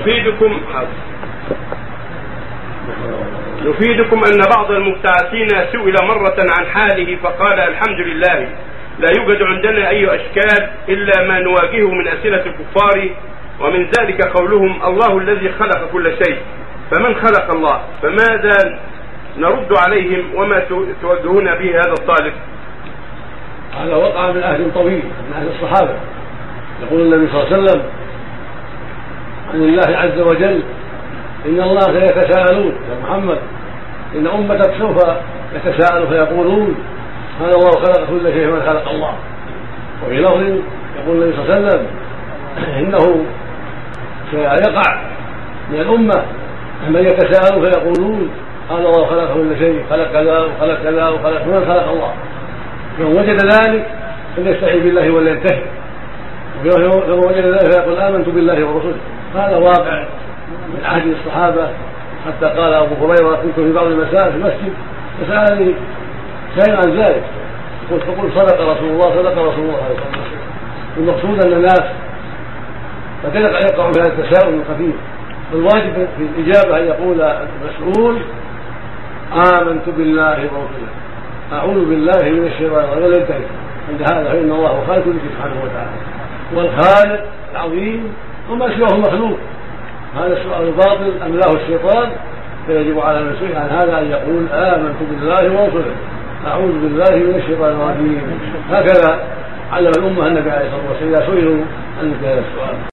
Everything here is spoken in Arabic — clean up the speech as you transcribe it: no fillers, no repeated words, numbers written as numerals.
يفيدكم أن بعض المبتعثين سئل مرة عن حاله فقال: الحمد لله، لا يوجد عندنا أي أشكال إلا ما نواجهه من أسئلة الكفار، ومن ذلك قولهم: الله الذي خلق كل شيء، فمن خلق الله؟ فماذا نرد عليهم وما توجهون به هذا الطالب؟ هذا وقع من عهد طويل من عهد الصحابة. يقول النبي صلى الله عليه وسلم عن الله عز وجل: إن الله سيتساءلون يا محمد، إن أمتك سوف يتساءلوا فيقولون: هذا الله خلق كل شيء، من خلق الله. وفي لفظ يقول النبي صلى الله عليه وسلم: إنه سيقع من الأمة من يتساءلوا فيقولون: هذا الله خلق كل شيء، خلق كذا وخلق كذا وخلق، من خلق الله؟ فمن وجد ذلك فليستحي بالله ولينتهي، ومن وجد ذلك فيقول: آمنت بالله ورسوله. هذا واقع من عهد الصحابة، حتى قال أبو هريرة: كنت في بعض المساء في المسجد فسألني شيئا عن ذلك، فقلت: صدق رسول الله، صدق رسول الله عليه الصلاة والسلام. المقصود أن الناس قد يقع في هذا التساؤل الخفيف، والواجب في الإجابة أن يقول المسؤول: آمنت بالله ورسوله، أعوذ بالله من الشيطان الرجيم، ولا ينتهي عند هذا، فإن الله هو خالق كل شيء سبحانه وتعالى، والخالق العظيم وما سواه مخلوق. هذا السؤال الباطل أملاه الشيطان، فيجب على من سئل عن هذا أن يقول: آمنت بالله ورسوله، أعوذ بالله من الشيطان الرجيم. هكذا علم الأمة النبي عليه الصلاة والسلام إذا سئلوا عن هذا السؤال.